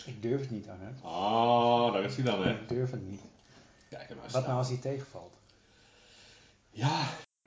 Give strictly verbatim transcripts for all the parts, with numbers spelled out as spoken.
Ik durf het niet, Arnoud. Oh, daar is hij dan, hè? Ik durf het niet. Kijk hem maar Wat nou staan. als hij tegenvalt? Ja.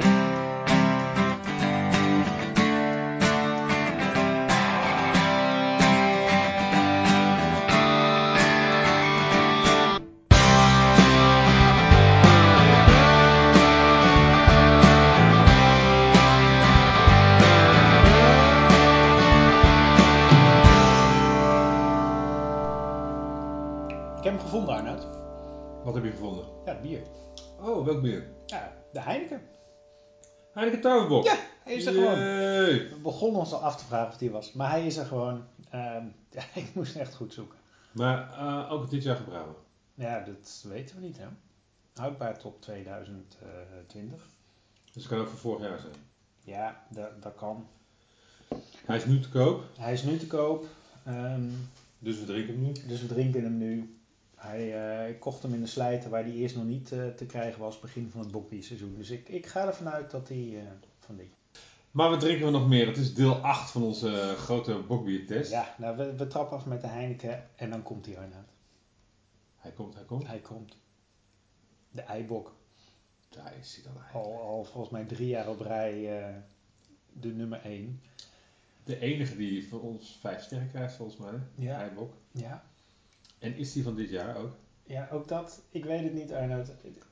Ik heb hem gevonden, Arnoud. Wat heb je gevonden? Ja, het bier. Oh, welk bier? Ja, de Heineken. Heineken Tarwebok. Ja, hij is er gewoon. Jee. We begonnen ons al af te vragen of die was. Maar hij is er gewoon. Ehm, ja, ik moest echt goed zoeken. Maar uh, ook dit jaar gebrouwen? Ja, dat weten we niet, hè. Houdbaar tot tweeduizend twintig. Dus het kan ook van vorig jaar zijn? Ja, dat, dat kan. Hij is nu te koop? Hij is nu te koop. Um, dus we drinken hem nu? Dus we drinken hem nu. Hij, uh, ik kocht hem in de slijter waar hij eerst nog niet uh, te krijgen was, begin van het bokbierseizoen. Dus ik, ik ga ervan uit dat hij uh, van die. Maar wat drinken we nog meer? Het is deel acht van onze uh, grote bokbiertest. Ja, nou we, we trappen af met de Heineken en dan komt hij Arnoud. Hij komt, hij komt? Hij komt. De eibok. Daar is hij dan al, al volgens mij drie jaar op rij uh, de nummer één. De enige die van ons vijf sterren krijgt volgens mij. Ja. Eibok. Ja. En is die van dit jaar ook? Ja, ook dat. Ik weet het niet, Arnoud.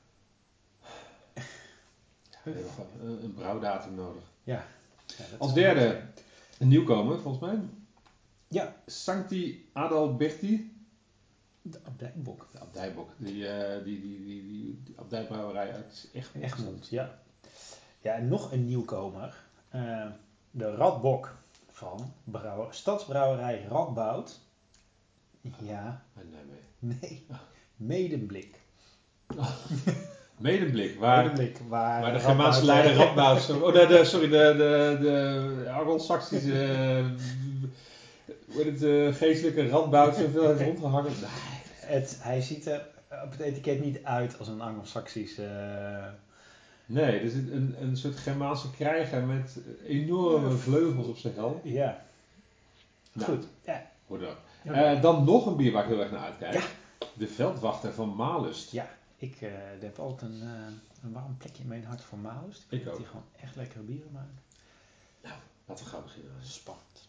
Ja, een, een brouwdatum nodig. Ja. Ja, als derde, een nieuwkomer volgens mij. Ja. Sancti Adalberti. De abdijbok. De abdijbok. Die, uh, die, die, die, die, die abdijbrouwerij uit Egmond. Egmond, ja. Ja, en nog een nieuwkomer. Uh, de Radbok van brouw- Stadsbrouwerij Radboud. Ja. Nee, nee. nee. Medemblik. Oh. Medemblik, waar, Medemblik, waar, waar de Germaanse leider Radboud... Oh, de, de, sorry, de, de, de Anglo-Saxische... hoe heet het, uh, geestelijke Radboud zoveel heeft rondgehangen. Nee. Het, hij ziet er op het etiket niet uit als een Anglo-Saxische... Uh... Nee, dus een, een soort Germaanse krijger met enorme ja. vleugels op zijn helm. Ja. Nou, goed. Ja. Hoe dan? Uh, dan nog een bier waar ik heel erg naar uitkijk. Ja. De Veldwachter van Malust. Ja, ik uh, heb altijd een, uh, een warm plekje in mijn hart voor Malust. Ik vind dat die gewoon echt lekkere bieren maken. Nou, laten we gaan beginnen. Spannend.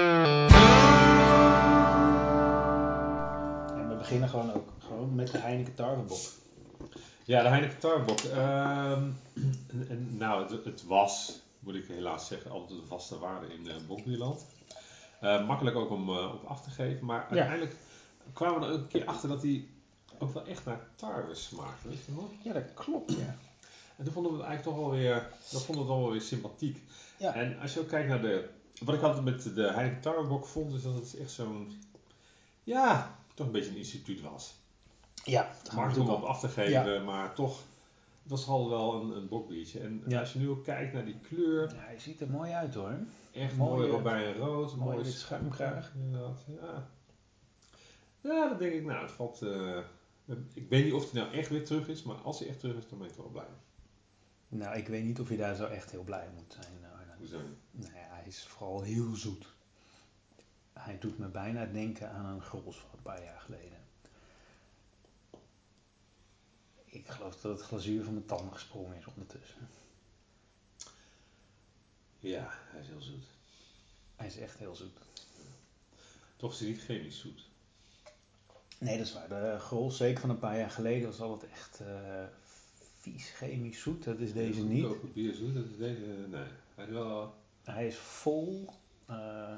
En we beginnen gewoon ook gewoon met de Heineken Tarwebok. Ja, de Heineken Tarwebok. Uh, en, en, nou, het, het was, moet ik helaas zeggen, altijd een vaste waarde in uh, bokbierland. Uh, makkelijk ook om uh, op af te geven, maar ja. uiteindelijk kwamen we er ook een keer achter dat hij ook wel echt naar tarwe smaakte, weet je nog? Ja, dat klopt, ja. En toen vonden we het eigenlijk toch wel weer, dat vonden we het wel weer sympathiek. Ja. En als je ook kijkt naar de, wat ik altijd met de Heineken Tarwebok vond, is dat het echt zo'n, ja, toch een beetje een instituut was. Ja, makkelijk om op af te geven, ja. maar toch, het was al wel een, een bokbiertje. En ja. als je nu ook kijkt naar die kleur. Ja, hij ziet er mooi uit hoor. Echt mooi robijnrood, mooi, mooi schuimkraag. Inderdaad, ja. Ja, dan denk ik, nou, het valt. Uh, ik weet niet of hij nou echt weer terug is, maar als hij echt terug is, dan ben ik wel blij. Nou, ik weet niet of je daar zo echt heel blij moet zijn, Arnoud. Hoezo? Nou ja, hij is vooral heel zoet. Hij doet me bijna denken aan een Grols van een paar jaar geleden. Ik geloof dat het glazuur van mijn tanden gesprongen is ondertussen. Ja, hij is heel zoet. Hij is echt heel zoet. Toch is hij niet chemisch zoet. Nee, dat is waar. De Grols, zeker van een paar jaar geleden, was altijd echt uh, vies chemisch zoet. Dat is deze niet. Goedkope bier zoet, dat is deze, nee. Hij is wel... Hij is vol, uh,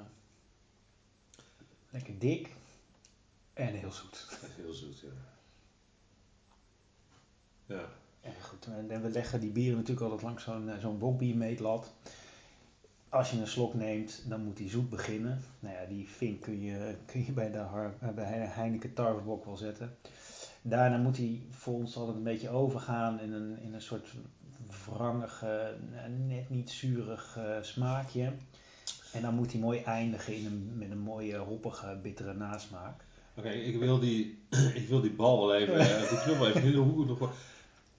lekker dik en heel zoet. Hij is heel zoet, ja. Ja. En goed, en we leggen die bieren natuurlijk altijd langs zo'n, zo'n bokbiermeetlat. Als je een slok neemt, dan moet die zoet beginnen. Nou ja, die vink kun je, kun je bij de, Har, bij de Heineken Tarwebok wel zetten. Daarna moet hij voor ons altijd een beetje overgaan in een, in een soort wrangig, net niet zuurig uh, smaakje. En dan moet hij mooi eindigen in een, met een mooie hoppige, bittere nasmaak. Oké, okay, ik wil die, ik wil die bal wel even, uh, die knubbel even heel hoe nog wel.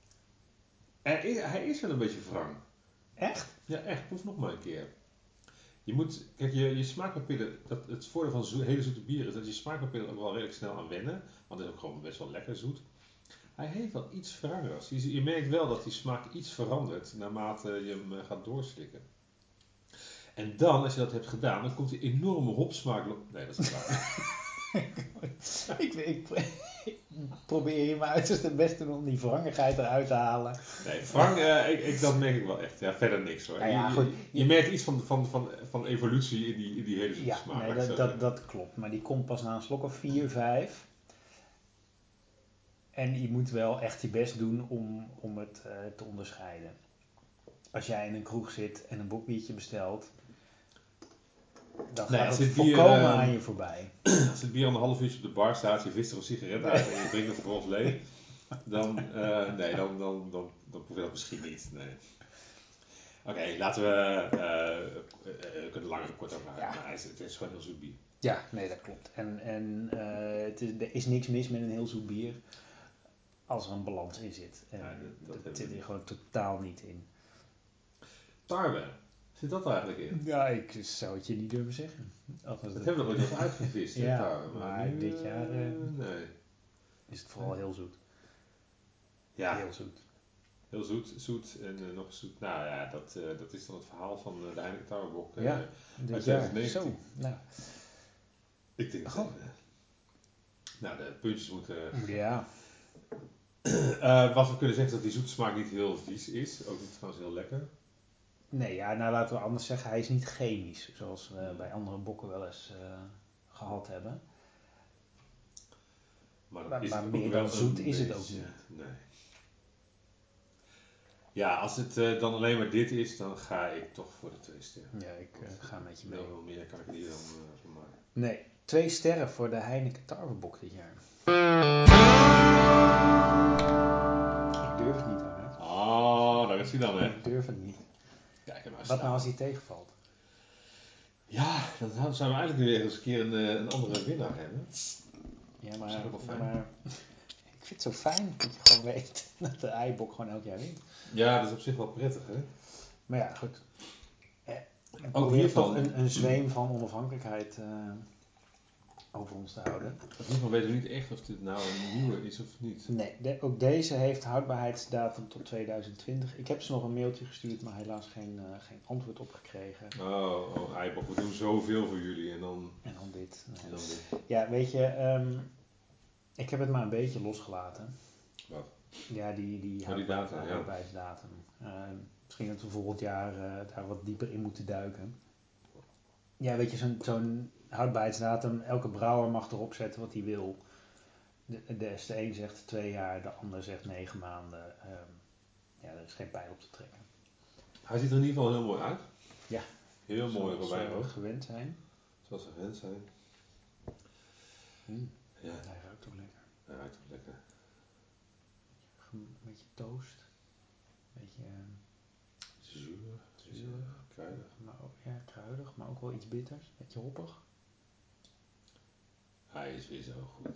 Er is, hij is wel een beetje wrang. Echt? Ja, echt. Proef nog maar een keer. Je moet, kijk, je, je smaakpapillen, dat, het voordeel van zo, hele zoete bier is dat je smaakpapillen ook wel redelijk snel aan wennen. Want het is ook gewoon best wel lekker zoet. Hij heeft wel iets veranderd. Je, je merkt wel dat die smaak iets verandert naarmate je hem uh, gaat doorslikken. En dan, als je dat hebt gedaan, dan komt die enorme hopsmaak. Nee, dat is niet waar. ik, ik, ik probeer hier mijn uiterste best te doen om die verhangenheid eruit te halen. Nee, Frank, uh, ik, ik, dat merk ik wel echt. Ja, verder niks hoor. Nou ja, je, goed, je, je merkt iets van, van, van, van evolutie in die, in die hele zoete ja, smaak. nee, dat, dat, dat klopt. Maar die komt pas na een slok of vier, vijf. En je moet wel echt je best doen om, om het uh, te onderscheiden. Als jij in een kroeg zit en een bokbiertje bestelt, dan gaat nee, het, het volkomen bier, uh, aan je voorbij. Als het bier een half uurtje op de bar staat, je vist er een sigaret uit en je drinkt het vervolgens leeg, dan, uh, nee, dan, dan, dan, dan proef je dat misschien niet. Nee. Oké, okay, laten we, uh, uh, we kunnen langer of kort over houden, ja. Maar het is, het is gewoon heel zoet bier. Ja, nee, dat klopt. En, en uh, het is, er is niks mis met een heel zoet bier als er een balans in zit. En ja, dat, dat, dat zit er gewoon totaal niet in. Tarwe, zit dat er eigenlijk in? Ja, ik zou het je niet durven zeggen. Dat, dat hebben we ooit nog uitgevist, ja, tarwe. Maar, maar nu, dit jaar uh, nee. is het vooral heel zoet. Ja. Heel zoet. Heel zoet, zoet en uh, nog zoet. Nou ja, dat, uh, dat is dan het verhaal van uh, de Heineken Tarwebok uh, ja, uit twintig negentien. Zo, nou. Ik denk dat... Uh, nou, de puntjes moeten... Ja. Uh, wat we kunnen zeggen is dat die zoete smaak niet heel vies is. Ook niet trouwens heel lekker. Nee, ja, nou laten we anders zeggen, hij is niet chemisch. Zoals we uh, bij andere bokken wel eens uh, gehad hebben. Maar, maar, is maar het meer dan zoet is het ook niet. Nee. Ja, als het uh, dan alleen maar dit is, dan ga ik toch voor de twee sterren. Ja, ik uh, ga met je mee. Wel meer kan ik er niet dan uh, van maken. Nee, twee sterren voor de Heineken Tarwebok dit jaar. Ik durf het niet, Arnoud. Ah, daar is hij dan, hè? Ik durf het niet. Kijk hem maar. Wat nou als hij tegenvalt? Ja, dan zouden we eigenlijk weer eens een keer een, een andere winnaar hebben. Ja, maar, dat is ook wel fijn. maar ik vind het zo fijn dat je gewoon weet dat de eibok gewoon elk jaar wint. Ja, dat is op zich wel prettig, hè? Maar ja, goed. Eh, ook hier toch een, een zweem van onafhankelijkheid uh, over ons te houden. Ook hiervan weten we niet echt of dit nou een nieuwe is of niet. Nee, de, ook deze heeft houdbaarheidsdatum tot tweeduizend twintig. Ik heb ze nog een mailtje gestuurd, maar helaas geen, uh, geen antwoord op gekregen. Oh, oh eibok, we doen zoveel voor jullie en dan... En dan dit. Nee. En dan dit. Ja, weet je, um, ik heb het maar een beetje losgelaten. Wat? Ja, die, die, oh, die data, houdbaarheidsdatum. Ja. Uh, misschien dat we volgend jaar uh, daar wat dieper in moeten duiken. Ja, weet je, zo'n zo'n houdbaarheidsdatum, elke brouwer mag erop zetten wat hij wil. De, de, de een zegt twee jaar, de ander zegt negen maanden. Um, ja, er is geen pijl op te trekken. Hij ziet er in ieder geval heel mooi uit. Ja. Heel mooi Zoals we gewend zijn. Zoals we gewend zijn. Mm. Ja. Hij ruikt ook lekker. Hij ruikt ook lekker. Een beetje toast. Een beetje... Uh, zuur. Zuur. Kruidig. Maar ook, ja, kruidig, maar ook wel iets bitters. Een beetje hoppig. Hij is weer zo goed.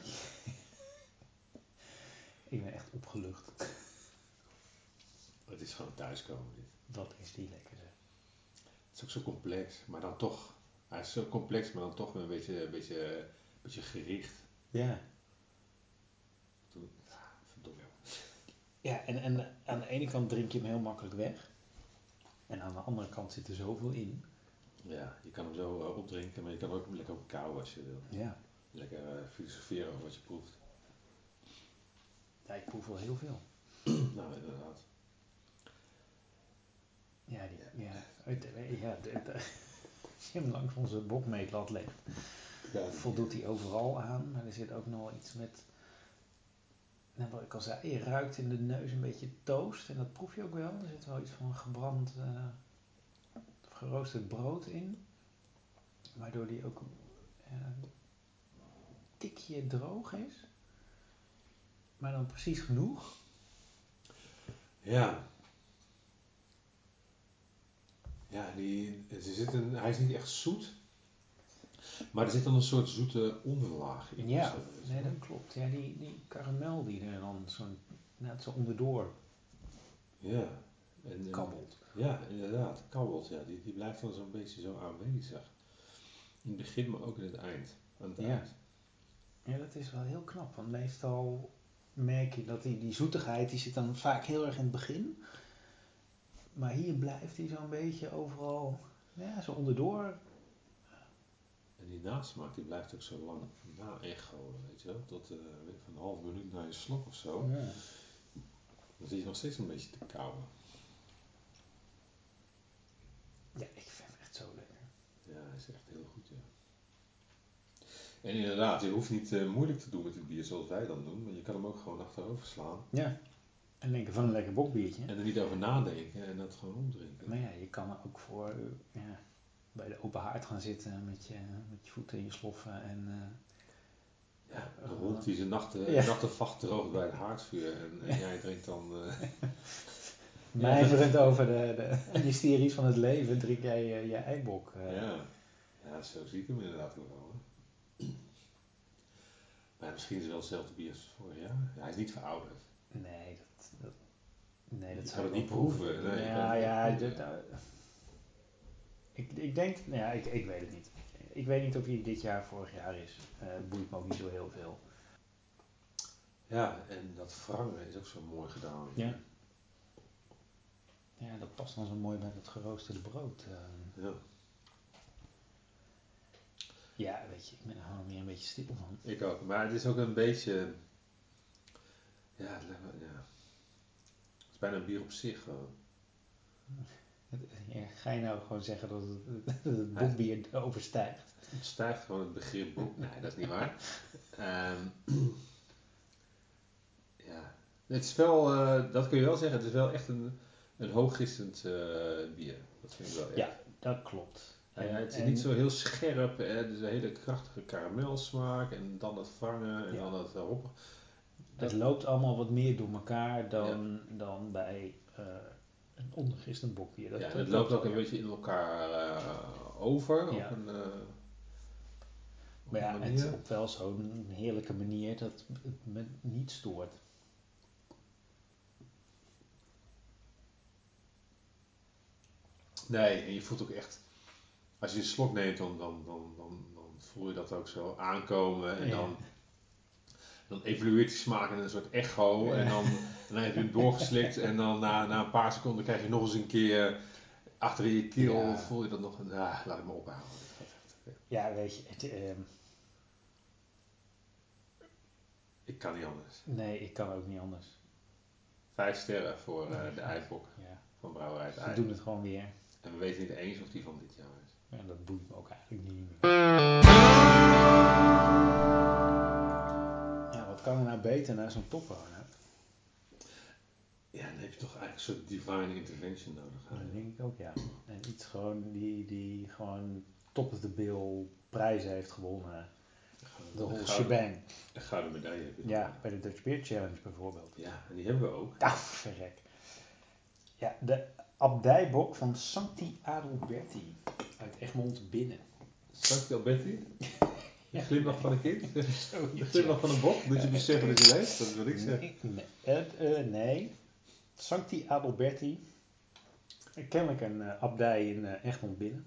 Ik ben echt opgelucht. Het is gewoon thuiskomen dit. Dat is die lekker zeg. Het is ook zo complex, maar dan toch. Hij is zo complex, maar dan toch een beetje, een beetje, een beetje gericht. Ja. Toen, ah, verdomme. Ja, en, en aan de ene kant drink je hem heel makkelijk weg. En aan de andere kant zit er zoveel in. Ja, je kan hem zo uh, opdrinken, maar je kan hem ook lekker op kou als je wil. Ja. Lekker uh, filosoferen over wat je proeft. Ja, ik proef wel heel veel. Nou, inderdaad. Ja, die, ja, uit de, ja de, de, als je hem langs onze bokmeetlat legt, ja, voldoet hij overal aan. Maar er zit ook nog iets met, nou, wat ik al zei, je ruikt in de neus een beetje toast. En dat proef je ook wel. Er zit wel iets van gebrand, uh, geroosterd brood in. Waardoor die ook uh, een tikje droog is. Maar dan precies genoeg. Ja. Ja, die, er zit een, hij is niet echt zoet. Maar er zit dan een soort zoete onderlaag in. Ja, zo, nee, dat klopt. Ja, die, die karamel die er dan zo, net zo onderdoor. Ja. En, en, Kabbelt. Ja, inderdaad. Kabbelt, ja. Die, die blijft dan zo'n beetje zo aanwezig. In het begin, maar ook in het eind. Aan het Ja. eind. Ja, dat is wel heel knap. Want meestal merk je dat die, die zoetigheid, die zit dan vaak heel erg in het begin. Maar hier blijft hij zo'n beetje overal, ja, zo onderdoor. En die nasmaak, die blijft ook zo lang na-echoen, weet je wel. Tot uh, van een half minuut na je slok of zo. Ja. Dan zit je nog steeds een beetje te kauwen. Ja, ik vind het echt zo lekker. Ja, hij is echt heel goed, ja. En inderdaad, je hoeft niet uh, moeilijk te doen met het bier zoals wij dan doen. Maar je kan hem ook gewoon achterover slaan. Ja. En denken van een lekker bokbiertje. En er niet over nadenken en dat gewoon omdrinken. Maar ja, je kan er ook voor ja, bij de open haard gaan zitten met je, met je voeten in je sloffen. En, uh, ja, de hond die zijn nachten, ja. nachten vacht droogt bij het haardvuur. En, en jij drinkt dan... Uh, Mijmerend ja. over de, de mysteries van het leven drink jij uh, je eibok. Uh. Ja. ja, zo zie ik hem inderdaad ook wel. Hè. Maar misschien is het wel hetzelfde bier als vorig jaar. Ja, hij is niet verouderd. Nee, dat... dat nee, dat je zou kan het niet proeven. proeven. Nee, ja, ja. De, de, ik, ik denk... Nou ja, ik, ik weet het niet. Ik weet niet of hij dit jaar vorig jaar is. Uh, het boeit me ook niet zo heel veel. Ja, en dat wrangen is ook zo mooi gedaan. Ja. Ja, dat past dan zo mooi bij dat geroosterde brood. Uh. Ja. Ja, weet je, ik ben er gewoon meer een beetje stil van. Ik ook, maar het is ook een beetje... Ja, ja. Het is bijna een bier op zich gewoon. Ja, ga je nou gewoon zeggen dat het, dat het bokbier overstijgt? Het stijgt gewoon het begrip bok. Nee, dat is niet waar. um, ja, het is wel, uh, dat kun je wel zeggen, het is wel echt een, een hooggistend uh, bier. Dat vind ik wel echt. Ja, dat klopt. En, ja, het is en, niet zo heel scherp, hè. Het is een hele krachtige karamelsmaak en dan dat vangen en ja. dan dat uh, hoppen. Dat het loopt allemaal wat meer door elkaar dan, ja. dan bij uh, een ondergistend bokbier. Dat, ja, dat het loopt ook een beetje in elkaar uh, over ja. op een... Uh, Maar ja, het is op wel zo'n heerlijke manier dat het me niet stoort. Nee, en je voelt ook echt... Als je een slok neemt, dan, dan, dan, dan, dan voel je dat ook zo aankomen. En dan, ja. dan evolueert die smaak in een soort echo. Ja. En dan, dan heb je hem doorgeslikt. En dan na, na een paar seconden krijg je nog eens een keer... Achter in je keel ja. voel je dat nog... Ah, laat ik me ophouden. Ja, weet je... Het, uh... Ik kan niet anders. Nee, ik kan ook niet anders. Vijf sterren voor uh, de eibok ja. van Brouwerij het Ei. We doen het gewoon weer. En we weten niet eens of die van dit jaar is. Ja, dat boeit me ook eigenlijk niet meer. Ja, wat kan er nou beter naar zo'n topwoner? Ja, dan heb je toch eigenlijk een soort divine intervention nodig. Ja, dat denk ik ook, ja. En iets gewoon die, die gewoon top of the bill prijzen heeft gewonnen. De whole shebang. Een gouden medaille heb je. Ja, dan. Bij de Dutch Beer Challenge bijvoorbeeld. Ja, en die hebben we ook. Ah, verrek. Ja, de abdijbok van Sancti Adalberti uit Egmond Binnen. Sancti Adalberti? De glimlach van een kind? De glimlach van een bok? Moet je beseffen dat je leest? Dat wil ik zeggen. Nee, nee, uh, nee. Sancti Adalberti. Kennelijk een uh, abdij in uh, Egmond Binnen.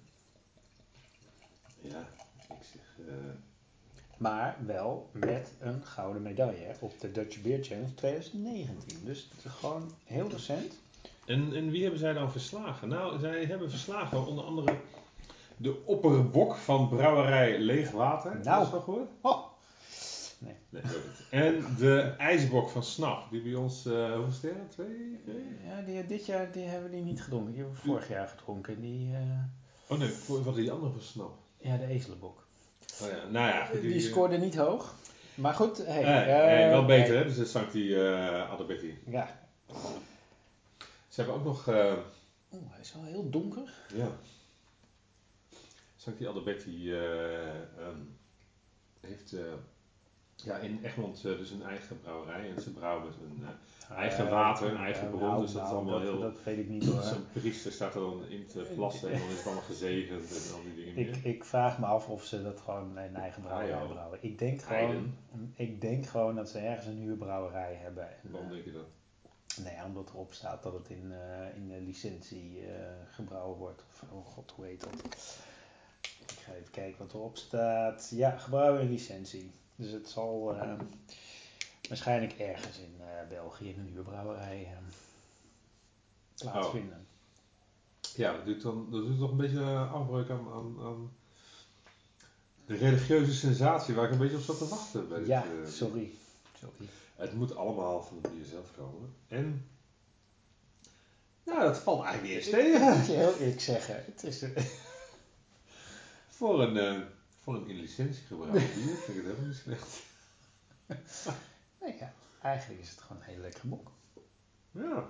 Ja, ik zeg... Uh... Maar wel met een gouden medaille op de Dutch Beer Challenge twintig negentien. Dus het is gewoon heel recent. En, en wie hebben zij dan verslagen? Nou, zij hebben verslagen onder andere de opperbok van brouwerij Leegwater. Nou. Dat is wel gehoord? Oh. Nee. Nee, ook niet. En de ijsbok van Snap, die bij ons, uh, hoeveel sterren? Twee? Twee? Ja, die, dit jaar die hebben we die niet gedronken. Die hebben we vorig jaar gedronken. Die, uh... Oh nee, wat was die andere van Snap? Ja, de ezelenbok. Oh ja, nou ja. Goed, die, die scoorde niet hoog. Maar goed, hey, nee, uh, nee, wel beter, hey. Hè? Dus dat zag die uh, Adalberti. Ja. Ze hebben ook nog... Uh, Oeh, hij is wel heel donker. Ja. Sancti Adalberti uh, um, heeft uh, ja, in Egmond uh, dus een eigen brouwerij. En ze brouwen met een uh, eigen water, een eigen bron. Nou, dus dat nou, is allemaal dat, heel... Dat weet ik niet hoor. Zo'n priester staat er dan in te plassen en dan is het allemaal gezegend en al die dingen meer. Ik, ik vraag me af of ze dat gewoon in eigen brouwerij ah, brouwen. Ik denk, gewoon, ik denk gewoon dat ze ergens een huurbrouwerij hebben. Waarom denk je dat? Nou ja, omdat erop staat dat het in, uh, in de licentie uh, gebrouwen wordt. Of, oh god, hoe heet dat? Ik ga even kijken wat erop staat. Ja, gebrouwen in licentie. Dus het zal uh, waarschijnlijk ergens in uh, België in een huurbrouwerij uh, plaatsvinden. Oh. Ja, dat doet, dan, dat doet toch een beetje afbreuk aan, aan, aan de religieuze sensatie waar ik een beetje op zat te wachten. Bij ja, dit, uh, sorry. sorry. Het moet allemaal van het bier zelf komen. En nou, dat valt eigenlijk niet eens tegen. Ik moet je heel eerlijk zeggen. Het is een... voor een, uh, voor een in licentie gebruikt bier vind ik het helemaal niet slecht. Nee, ja, eigenlijk is het gewoon een heel lekker boek. Ja.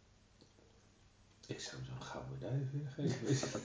Ik zou hem zo'n gouden medaille geven.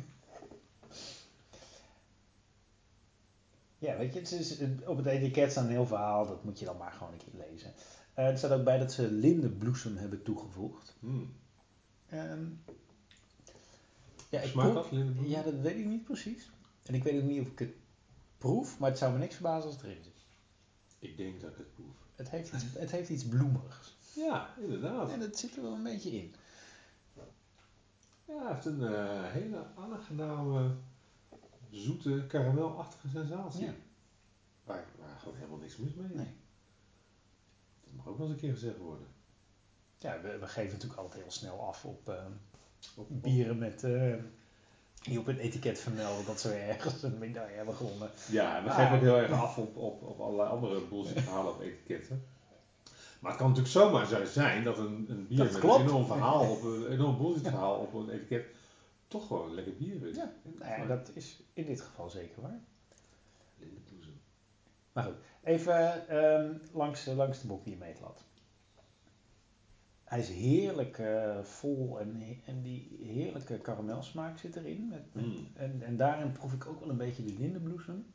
Ja, weet je, het is, op het etiket staat een heel verhaal, dat moet je dan maar gewoon een keer lezen. Uh, er staat ook bij dat ze lindenbloesem hebben toegevoegd. Hmm. Um, ja, ik Smaakt proef, dat, lindenbloesem? Ja, dat weet ik niet precies. En ik weet ook niet of ik het proef, maar het zou me niks verbazen als het erin zit. Ik denk dat ik het proef. Het heeft iets, het heeft iets bloemerigs. Ja, inderdaad. En dat zit er wel een beetje in. Ja, het heeft een uh, hele aangename, zoete, karamelachtige sensatie. Ja. Waar, waar gewoon helemaal niks mis mee is. Nee. Dat mag ook wel eens een keer gezegd worden. Ja, we, we geven natuurlijk altijd heel snel af op, uh, op bieren met... Uh, die op een etiket vermelden dat ze weer ergens een medaille hebben gewonnen. Ja, en we ah, geven ook heel erg af op, op, op allerlei andere bullshit verhalen op etiketten. Maar het kan natuurlijk zomaar zo zijn dat een, een bier dat met klopt. een enorm verhaal, op een enorm bullshit verhaal op een etiket toch gewoon een lekker bier is. Ja, nou ja, dat is in dit geval zeker waar. Lindenbloesem. Maar goed, even um, langs, langs de bokbiermeetlat. Hij is heerlijk uh, vol en, en die heerlijke karamelsmaak zit erin. Met, met, mm. en, en daarin proef ik ook wel een beetje die lindenbloesem.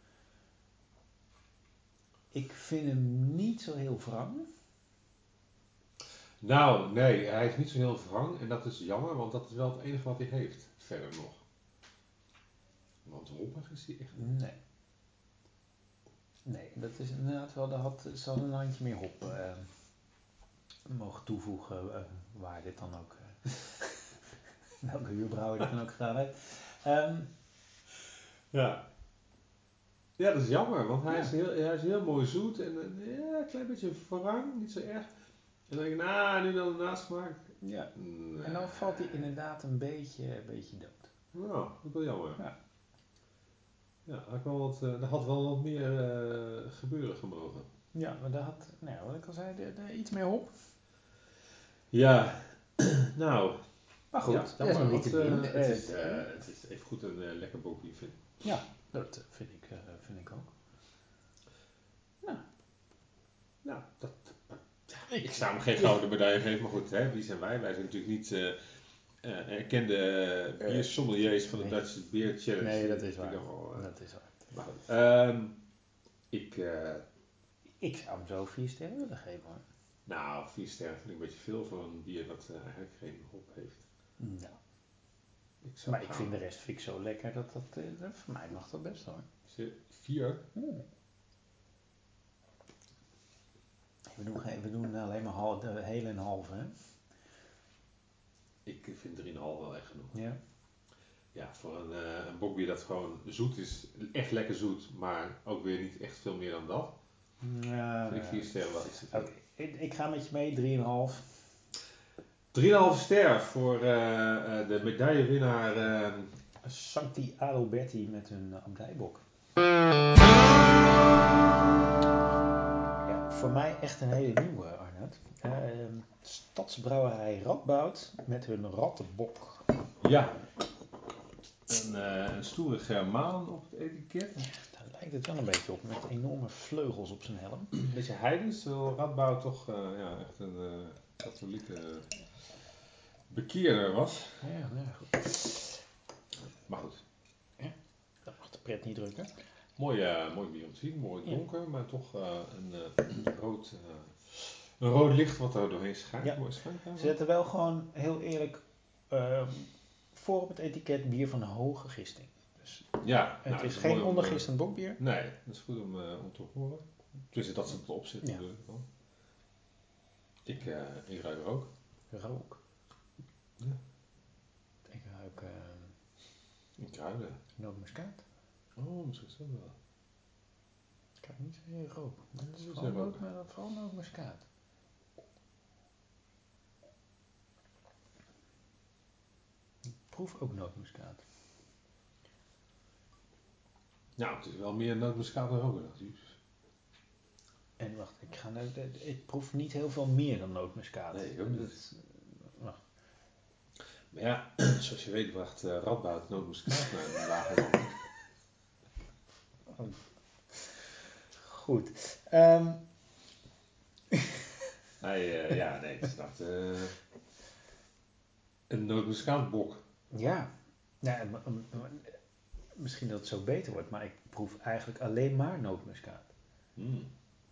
Ik vind hem niet zo heel wrang. Nou, nee, hij is niet zo heel wrang en dat is jammer, want dat is wel het enige wat hij heeft, verder nog. Want hoppig is hij echt niet. Nee. Nee, dat is inderdaad wel, daar had, ze hadden een handje meer hop uh, mogen toevoegen, uh, waar dit dan ook, uh, welke huurbrouwer dit dan ook gedaan heeft. Um, ja. Ja, dat is jammer, want hij, ja. is, heel, hij is heel mooi zoet en uh, ja, een klein beetje wrang, niet zo erg. En dan denk ik, nou, nu dan de nasmaak. Ja, nee. En dan valt hij inderdaad een beetje, een beetje dood. Nou, dat is wel jammer. Ja. Ja, had wel wat, uh, er had wel wat meer uh, gebeuren gemogen. Ja, maar daar had, nou, wat ik al zei, de, de, iets meer hop. Ja, nou. Maar goed, ja, dat is nog niet te doen. Uh, het, is, uh, het is even goed een uh, lekker bokbier, vind ik. Ja, dat vind ik, uh, vind ik ook. Nou, nou dat, ja, ik zou hem geen gouden medaille geven, maar goed, hè, wie zijn wij? Wij zijn natuurlijk niet uh, uh, erkende uh, biersommeliers van de nee. Dutch Beer Challenge. Nee, dat is waar. Wel, uh, dat is waar. Maar goed, um, ik... Uh, ik zou hem zo vier sterren willen geven, hoor. Nou, vier sterren vind ik een beetje veel voor een bier dat uh, eigenlijk geen hop heeft. Nou. Ik maar ik vind de rest vind ik zo lekker dat dat, uh, dat voor mij mag dat best, hoor. Vier? Oeh. We doen, geen, we doen alleen maar half, de hele en halve, hè? Ik vind drie komma vijf wel echt genoeg. Ja. Ja, voor een, uh, een bokbier dat gewoon zoet is, echt lekker zoet, maar ook weer niet echt veel meer dan dat. Ja, vind ik vier sterren wel iets te veel. Okay. Ik, ik ga met je mee, drie komma vijf. drie komma vijf ster voor uh, uh, de medaillewinnaar uh, Sancti Adalberti met hun uh, abdijbok. Ja, voor mij echt een hele nieuwe, Arnoud. Uh, Stadsbrouwerij Radboud met hun Rattenbok. Ja. Een, uh, een stoere Germaan op het etiket. Ja, daar lijkt het wel een beetje op, met enorme vleugels op zijn helm. Een beetje heidens, terwijl Radboud toch uh, ja, echt een uh, katholieke bekeerder was. Ja, nou ja, goed. Maar goed. Ja, dat mag de pret niet drukken. Mooi, uh, mooi bier om te zien, mooi donker, ja. Maar toch uh, een, uh, rood, uh, een rood licht wat er doorheen schijnt. Ja. Mooi schijnt. Ze zetten wel gewoon heel eerlijk uh, voor op het etiket bier van hoge gisting. Dus ja, het nou, is geen ondergistend bokbier. Nee, dat is goed om, uh, om te horen. Dus dat ze het opzetten ja. natuurlijk wel. Ik, uh, ik ruik rook. Rook? Ja. Ik ruik... Uh, ik kruiden. Nootmuskaat. Oh, misschien zo wel. Ik ruik niet zozeer rook. Maar dat is Dat vooral, is noot, maar vooral nootmuskaat. Ik proef ook nootmuskaat. Nou, het is wel meer nootmuskaat dan rook natuurlijk. En wacht, ik, ga nou, ik proef niet heel veel meer dan nootmuskaat. Nee, ik ook niet. Dat, oh. Maar ja, zoals je weet bracht uh, Radboud nootmuskaat naar een lage land. Oh. Goed. Um. Hij, uh, ja, nee, het is dat, uh, een nootmuskaatbok. Ja, ja m- m- m- misschien dat het zo beter wordt, maar ik proef eigenlijk alleen maar nootmuskaat. Hmm.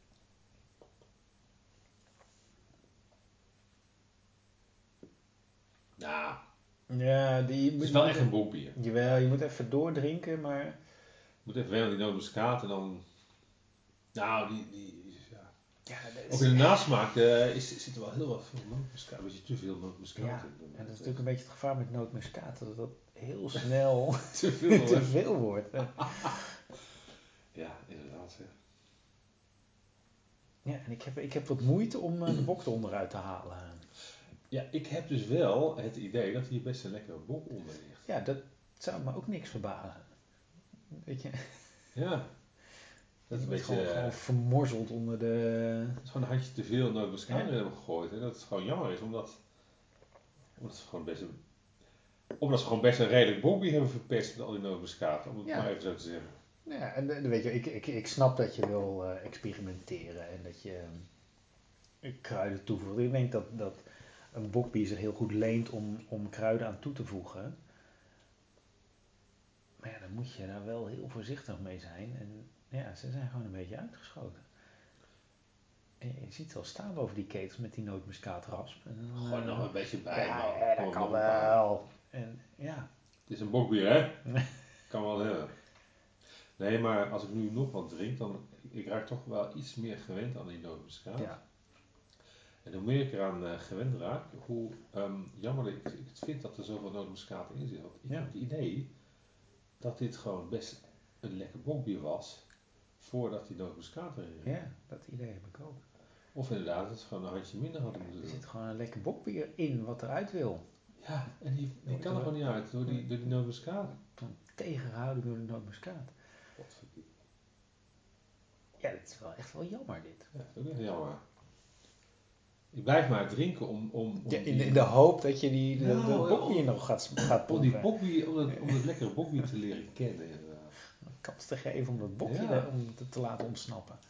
Nou, ja, die, het is wel echt een bokbier. Jawel, je moet even doordrinken, maar... Je moet even wennen die nootmuskaat en dan... Nou, die... die ja. Ja, is... Ook in de nasmaak uh, is, zit er wel heel veel nootmuskaat. Een beetje te veel nootmuskaat ja, in. En dat is natuurlijk een beetje het gevaar met nootmuskaat. Dat dat heel snel te veel, te veel wordt. Ja, inderdaad. Ja. Ja, en ik heb, ik heb wat moeite om uh, de bok onderuit te halen. Ja, ik heb dus wel het idee dat hier best een lekkere bok onder ligt. Ja, dat zou me ook niks verbazen. Weet je? Ja. Dat is een beetje... Gewoon, uh, gewoon vermorzeld onder de... Het is gewoon een handje te veel nootmuskaat erin hebben gegooid. En dat het gewoon jammer is, omdat... Omdat ze gewoon best een... Omdat ze gewoon best een redelijk bokbier hebben verpest met al die nootmuskaat. Om het ja. maar even zo te zeggen. Ja, en, en weet je, ik, ik, ik snap dat je wil uh, experimenteren en dat je uh, kruiden toevoegt. Ik denk dat, dat een bokbier zich heel goed leent om, om kruiden aan toe te voegen. Maar ja, dan moet je daar wel heel voorzichtig mee zijn. En ja, ze zijn gewoon een beetje uitgeschoten. En je ziet wel staan boven die ketels met die nootmuskaatrasp. En dan, Gewoon uh, nog een beetje bij, ja, man. Ja, dat kan wel. En, ja. Het is een bokbier, hè? Kan wel hebben. Nee, maar als ik nu nog wat drink, dan... Ik raak toch wel iets meer gewend aan die nootmuskaat. Ja. En hoe meer ik eraan uh, gewend raak, hoe um, jammer ik, ik het vind dat er zoveel nootmuskaat in zit. Want ik ja. heb het idee dat dit gewoon best een lekker bokbier was, voordat die nootmuskaat erin ging. Ja, dat idee heb ik ook. Of inderdaad, dat het gewoon een handje minder hadden moeten doen. Er zit gewoon een lekker bokbier in wat eruit wil. Ja, en die, die kan er gewoon niet uit door die, door die nootmuskaat. Tegengehouden door de nootmuskaat. Wat verdiep. Ja, dat is wel echt wel jammer dit. Ja, dat is ook echt jammer. Ik blijf maar drinken om... om, om ja, in, die, in de hoop dat je die, de, nou, de bokbier nog gaat, gaat proeven. Om, die bokbier, om, dat, om dat lekkere bokbier te leren kennen inderdaad. Kans te geven om dat bokje ja. om te, te laten ontsnappen.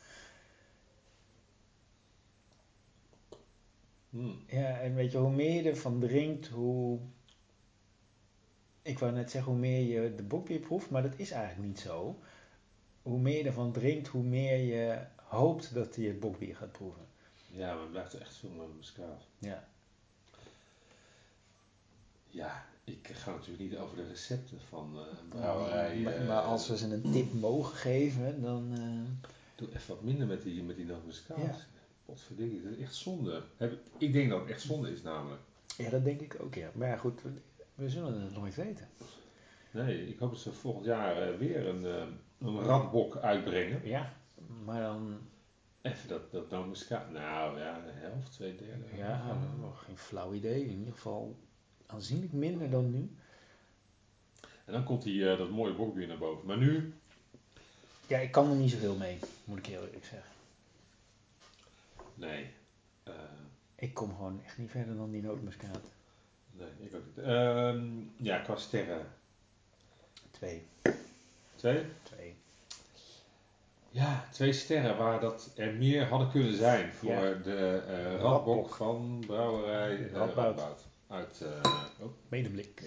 Hmm. Ja, en weet je, hoe meer je ervan drinkt, hoe... Ik wou net zeggen, hoe meer je de bokbier proeft, maar dat is eigenlijk niet zo. Hoe meer je ervan drinkt, hoe meer je hoopt dat je het bokbier gaat proeven. Ja, maar het blijft echt veel nootmuskaat. Ja. Ja, ik ga natuurlijk niet over de recepten van uh, brouwerij. Nee, maar, maar als we ze een tip mogen geven, dan... Uh... Doe even wat minder met die, met die nootmuskaat. Ja. Potverdikkie, dat is echt zonde. Ik denk dat het echt zonde is namelijk. Ja, dat denk ik ook, ja. Maar ja, goed, we, we zullen het nooit weten. Nee, ik hoop dat ze volgend jaar uh, weer een, uh, een radbok uitbrengen. Ja, maar dan... Even dat, dat nootmuskaat. Nou ja, de helft, twee derde. Ja, uh, geen flauw idee. In ieder geval aanzienlijk minder dan nu. En dan komt die, uh, dat mooie bokbier naar boven. Maar nu... Ja, ik kan er niet zoveel mee, moet ik heel eerlijk zeggen. Nee. Uh, ik kom gewoon echt niet verder dan die nootmuskaat. Nee, ik ook niet. Uh, ja, qua sterren. Twee. Twee? Twee. Ja, twee sterren waar dat er meer hadden kunnen zijn voor ja. de uh, radbok van brouwerij uh, Radboud. Uit uh, oh. Medemblik.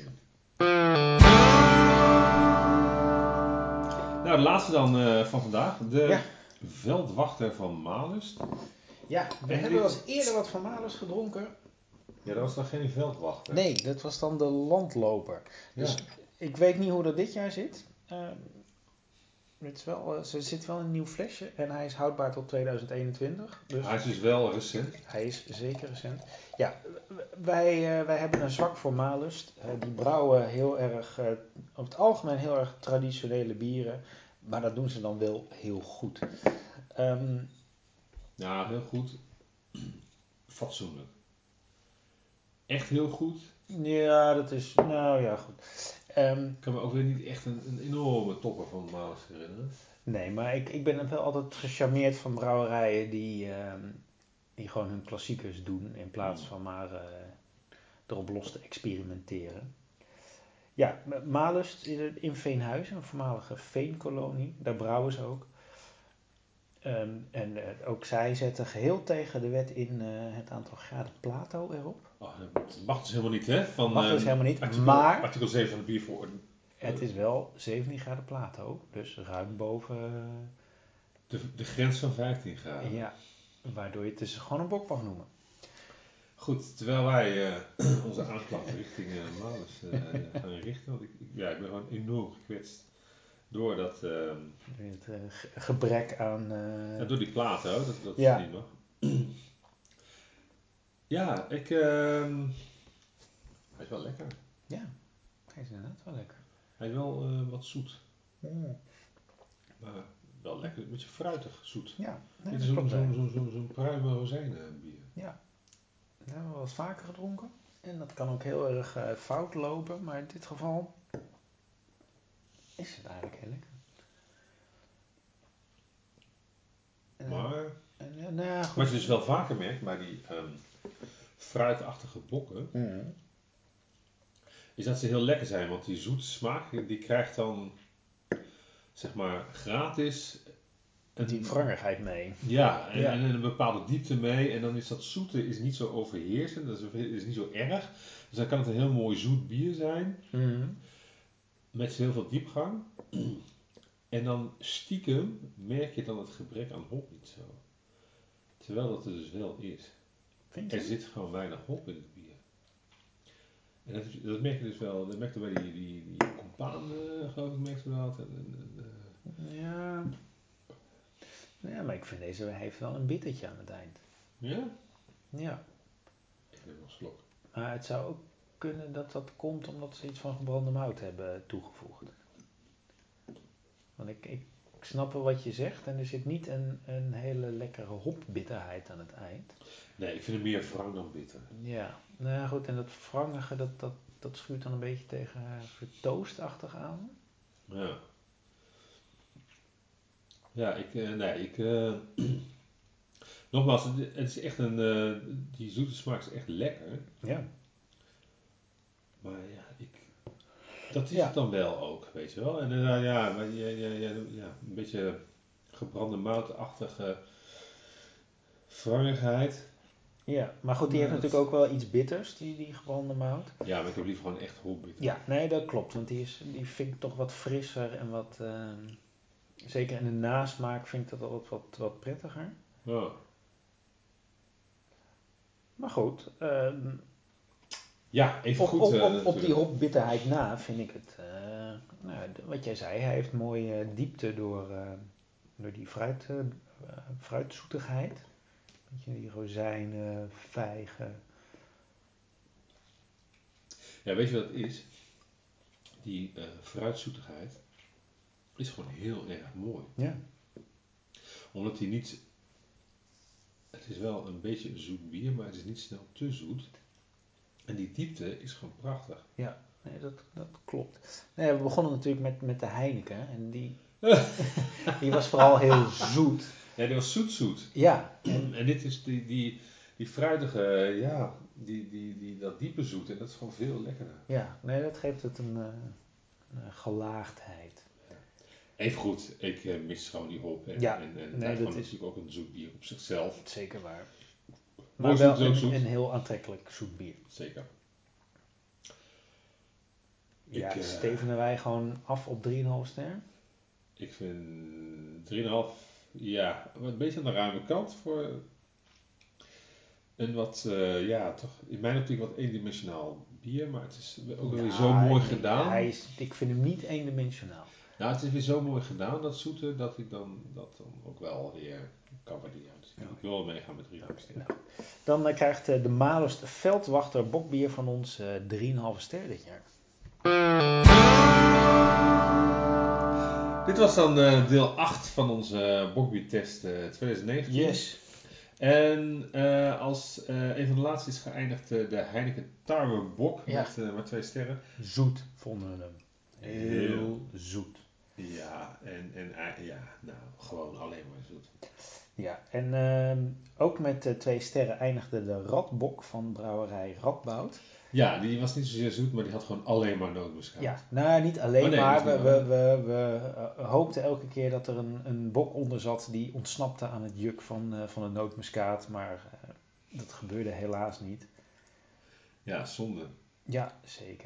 Nou, de laatste dan uh, van vandaag. De ja. Veldwachter van Malust. Ja, we en hebben wel eens eerder wat van Malust gedronken. Ja, dat was dan geen veldwachter. Nee, dat was dan de landloper. Dus ja. Ik weet niet hoe dat dit jaar zit. Uh, het is wel, er zit wel een nieuw flesje en hij is houdbaar tot tweeduizend eenentwintig. Dus Hij is dus wel recent. hij is zeker recent. Ja, wij, uh, wij hebben een zwak voor Malust. Uh, die brouwen heel erg, uh, over het algemeen heel erg traditionele bieren. Maar dat doen ze dan wel heel goed. Um, ja, heel goed. Fatsoenlijk. Echt heel goed. Ja, dat is, nou ja, goed. Um, ik kan me ook weer niet echt een, een enorme topper van Malust herinneren. Nee, maar ik, ik ben wel altijd gecharmeerd van brouwerijen die, uh, die gewoon hun klassiekers doen in plaats van maar uh, erop los te experimenteren. Ja, Malust in Veenhuizen, een voormalige veenkolonie, daar brouwen ze ook. Um, en uh, ook zij zetten geheel tegen de wet in uh, het aantal graden Plato erop. Oh, dat mag dus helemaal niet, hè? Van, mag dus um, helemaal niet, artikel, maar artikel zeven van de bierverordening. Het is wel zeventien graden Plato, dus ruim boven... Uh, de, de grens van vijftien graden. Ja, waardoor je het dus gewoon een bok mag noemen. Goed, terwijl wij uh, onze aanklacht richting uh, Malust uh, gaan richten, want ik, ik, ja, ik ben gewoon enorm gekwetst door dat... Uh, het uh, gebrek aan... Uh, ja, door die Plato, dat, dat ja. is niet mag. ja, ik... Uh, hij is wel lekker. Ja, hij is inderdaad wel lekker. Hij is wel uh, wat zoet. Mm. Maar wel lekker, een beetje fruitig zoet. Ja, nee, dit is zo'n zo, zo, zo, zo pruime rozijnen bier. Ja, dat hebben we wel eens vaker gedronken. En dat kan ook heel erg uh, fout lopen, maar in dit geval is het eigenlijk heel lekker. Maar, en, uh, nou, goed. wat je dus wel vaker merkt bij die um, fruitachtige bokken, mm. is dat ze heel lekker zijn. Want die zoete smaak, die krijgt dan, zeg maar, gratis... En die wrangigheid mee. Ja, en, ja. en een bepaalde diepte mee. En dan is dat zoete is niet zo overheersend, dat is, is niet zo erg. Dus dan kan het een heel mooi zoet bier zijn. Mm. Met heel veel diepgang. En dan stiekem merk je dan het gebrek aan hop niet zo. Terwijl dat er dus wel is. Vind je? Er zit gewoon weinig hop in het bier. En dat, dat merk je dus wel. Dat merk je bij die, die, die compaan, uh, geloof ik, merk je wel. En, en, uh... Ja. Ja, maar ik vind deze heeft wel een bittertje aan het eind. Ja? Ja. Ik neem nog een slok. Maar het zou ook kunnen dat dat komt omdat ze iets van gebrande mout hebben toegevoegd. Want ik, ik snap wel wat je zegt en er zit niet een, een hele lekkere hopbitterheid aan het eind. Nee, ik vind het meer wrang dan bitter. Ja, nou ja, goed, en dat wrangige, dat, dat, dat schuurt dan een beetje tegen vertoostachtig aan. Ja. Ja, ik, uh, nee, ik... Uh, nogmaals, het, het is echt een... Uh, die zoete smaak is echt lekker. Ja. Maar ja, ik... Dat is ja. het dan wel ook, weet je wel. En uh, ja, maar, ja, ja, ja, ja, een beetje gebrande moutachtige wrangigheid. Ja, maar goed, die maar heeft dat... natuurlijk ook wel iets bitters, die, die gebrande mout. Ja, maar ik heb liever gewoon echt hopbitter. Ja, nee, dat klopt, want die, is, die vind ik toch wat frisser en wat... Uh, zeker in de nasmaak vind ik dat altijd wat, wat prettiger. Ja. Maar goed, um, ja, even op, goed. Op, Uh, op, op die hopbitterheid na vind ik het, uh, nou, wat jij zei, hij heeft mooie diepte door, uh, door die fruit, uh, fruitzoetigheid. Beetje die rozijnen, vijgen. Ja, weet je wat het is? Die uh, fruitzoetigheid is gewoon heel erg mooi. Ja. Omdat hij niet... Het is wel een beetje een zoet bier, maar het is niet snel te zoet. En die diepte is gewoon prachtig. Ja, nee, dat, dat klopt. Nee, we begonnen natuurlijk met, met de Heineken. En die, die was vooral heel zoet. Ja, die was zoet-zoet. Ja. En, en dit is die, die, die fruitige, ja, die, die, die, dat diepe zoet. En dat is gewoon veel lekkerder. Ja, nee, dat geeft het een, uh, een gelaagdheid. Ja. Even goed, ik uh, mis gewoon die hop. En, ja, en, en nee, dat is natuurlijk ook een zoet bier op zichzelf. Zeker waar. Maar wel zoet, een, zoet. een heel aantrekkelijk zoet bier. Zeker. Ja, ik, uh, stevenen wij gewoon af op drie komma vijf ster? Ik vind drie komma vijf, ja, een beetje aan de ruime kant voor een wat, uh, ja, toch in mijn optiek wat eendimensionaal bier, maar het is ook wel ja, weer zo mooi nee, gedaan. Hij is, ik vind hem niet eendimensionaal. Nou, het is weer zo mooi gedaan, dat zoete, dat ik dan, dat dan ook wel weer kan waarderen. Dus ik wil wel meegaan met drie komma vijf sterren. Nou, dan uh, krijgt uh, de Malust Veldwachter bokbier van ons uh, drie komma vijf ster dit jaar. Dit was dan uh, deel acht van onze uh, bokbiertest uh, twintig negentien. Yes. En uh, als uh, een van de laatste is geëindigd uh, de Heineken Tarwe Bok Ja. met uh, maar twee sterren. Zoet vonden we hem. Heel, Heel zoet. Ja, en, en uh, ja, nou, gewoon alleen maar zoet. Ja, en uh, ook met uh, twee sterren eindigde de Radbok van brouwerij Radboud. Ja, die was niet zozeer zoet, maar die had gewoon alleen maar nootmuskaat. Ja, nou niet alleen Oh, nee, maar. dat is We, niet we, we, we uh, hoopten elke keer dat er een, een bok onder zat die ontsnapte aan het juk van, uh, van de nootmuskaat. Maar uh, dat gebeurde helaas niet. Ja, zonde. Ja, zeker.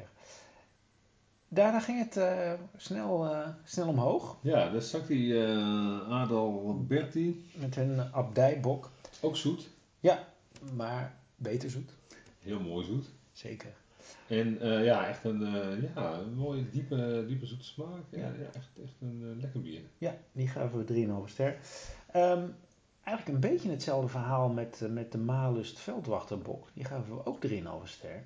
Daarna ging het uh, snel, uh, snel omhoog. Ja, daar zag die uh, Adalberti. Met hun abdijbok. Ook zoet. Ja, maar beter zoet. Heel mooi zoet. Zeker. En uh, ja, echt een, uh, ja, een mooie diepe, diepe zoete smaak. Ja, ja. Ja, echt, echt een uh, lekker bier. Ja, die gaven we drie komma vijf ster. Um, eigenlijk een beetje hetzelfde verhaal met, uh, met de Malust Veldwachterbok. Die gaven we ook drie komma vijf ster.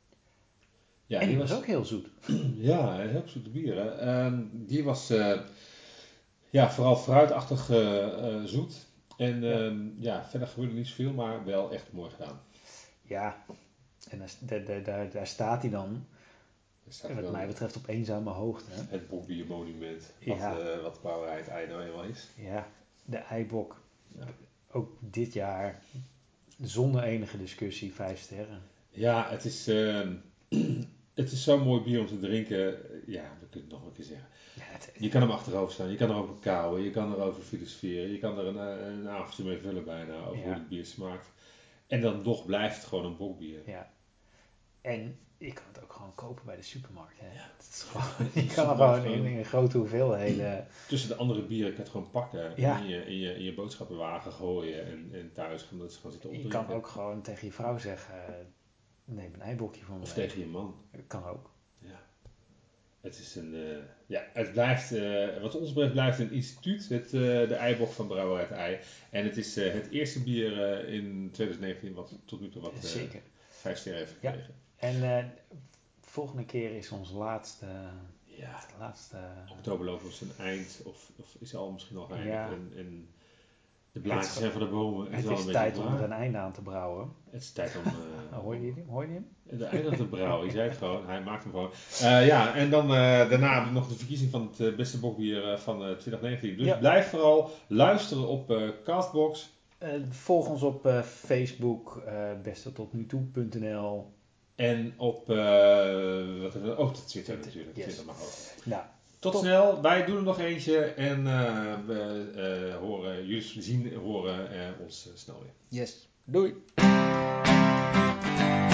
Ja, en die, die was, was ook heel zoet. Ja, heel zoete bier. Hè? Uh, die was uh, ja, vooral fruitachtig uh, uh, zoet. En uh, ja. ja, verder gebeurde niet zoveel, maar wel echt mooi gedaan. Ja, en daar, daar, daar, daar staat hij dan. En wat mij betreft op eenzame hoogte. Hè? Het bokbiermonument, wat, ja. uh, wat brouwerij het ei nou eenmaal is. Ja, de eibok. Ja. Ook dit jaar, zonder enige discussie, vijf sterren. Ja, het is, uh, het is zo'n mooi bier om te drinken. Ja, we kunnen het nog een keer zeggen. Ja, het, je kan hem achterover staan, je kan erover kauwen, je kan erover filosoferen. Je kan er een, een avondje mee vullen bijna, over ja. hoe het bier smaakt. En dan nog blijft het gewoon een bokbier. Ja. En je kan het ook gewoon kopen bij de supermarkt. Hè? Ja. Het is gewoon, je kan er gewoon in, in grote hoeveelheden... Tussen de andere bieren kan je het gewoon pakken. Ja. En in je, in, je, in je boodschappenwagen gooien. En, en thuis gaan, dat gaan zitten opdrinken. Je kan ook gewoon tegen je vrouw zeggen... Neem een eibokje van me. Of mee. Tegen je man. Kan ook. Ja. Het is een... Uh, ja, het blijft... Uh, wat ons betreft blijft een instituut. Het, uh, de eibok van Brouwerij het Ei. En het is uh, het eerste bier uh, in twintig negentien wat tot nu toe wat... Uh, Zeker. Vijf sterren heeft gekregen. Ja. En uh, volgende keer is ons laatste... Ja. laatste Oktober loopt op zijn eind. Of, of is al misschien al eindig. Ja. En, en de blaadjes zijn van de bomen. Het, het is, is tijd om er een einde aan te brouwen. Het is tijd om... Uh, Hoor je hem? Hoor je hem? De einde aan te brouwen. Je zei het gewoon. Hij maakt hem gewoon. Uh, ja, en dan uh, daarna nog de verkiezing van het uh, beste bokbier uh, van uh, twintig negentien. Dus ja. Blijf vooral luisteren op uh, Castbox. Uh, volg ons op uh, Facebook, uh, beste tot nu toe punt n l. En op, uh, wat hebben we, ook op Twitter natuurlijk. Yes. Twitter mag ook. Nou, tot, tot snel, wij doen er nog eentje en uh, we uh, horen, jullie zien, horen uh, ons uh, snel weer. Yes, doei!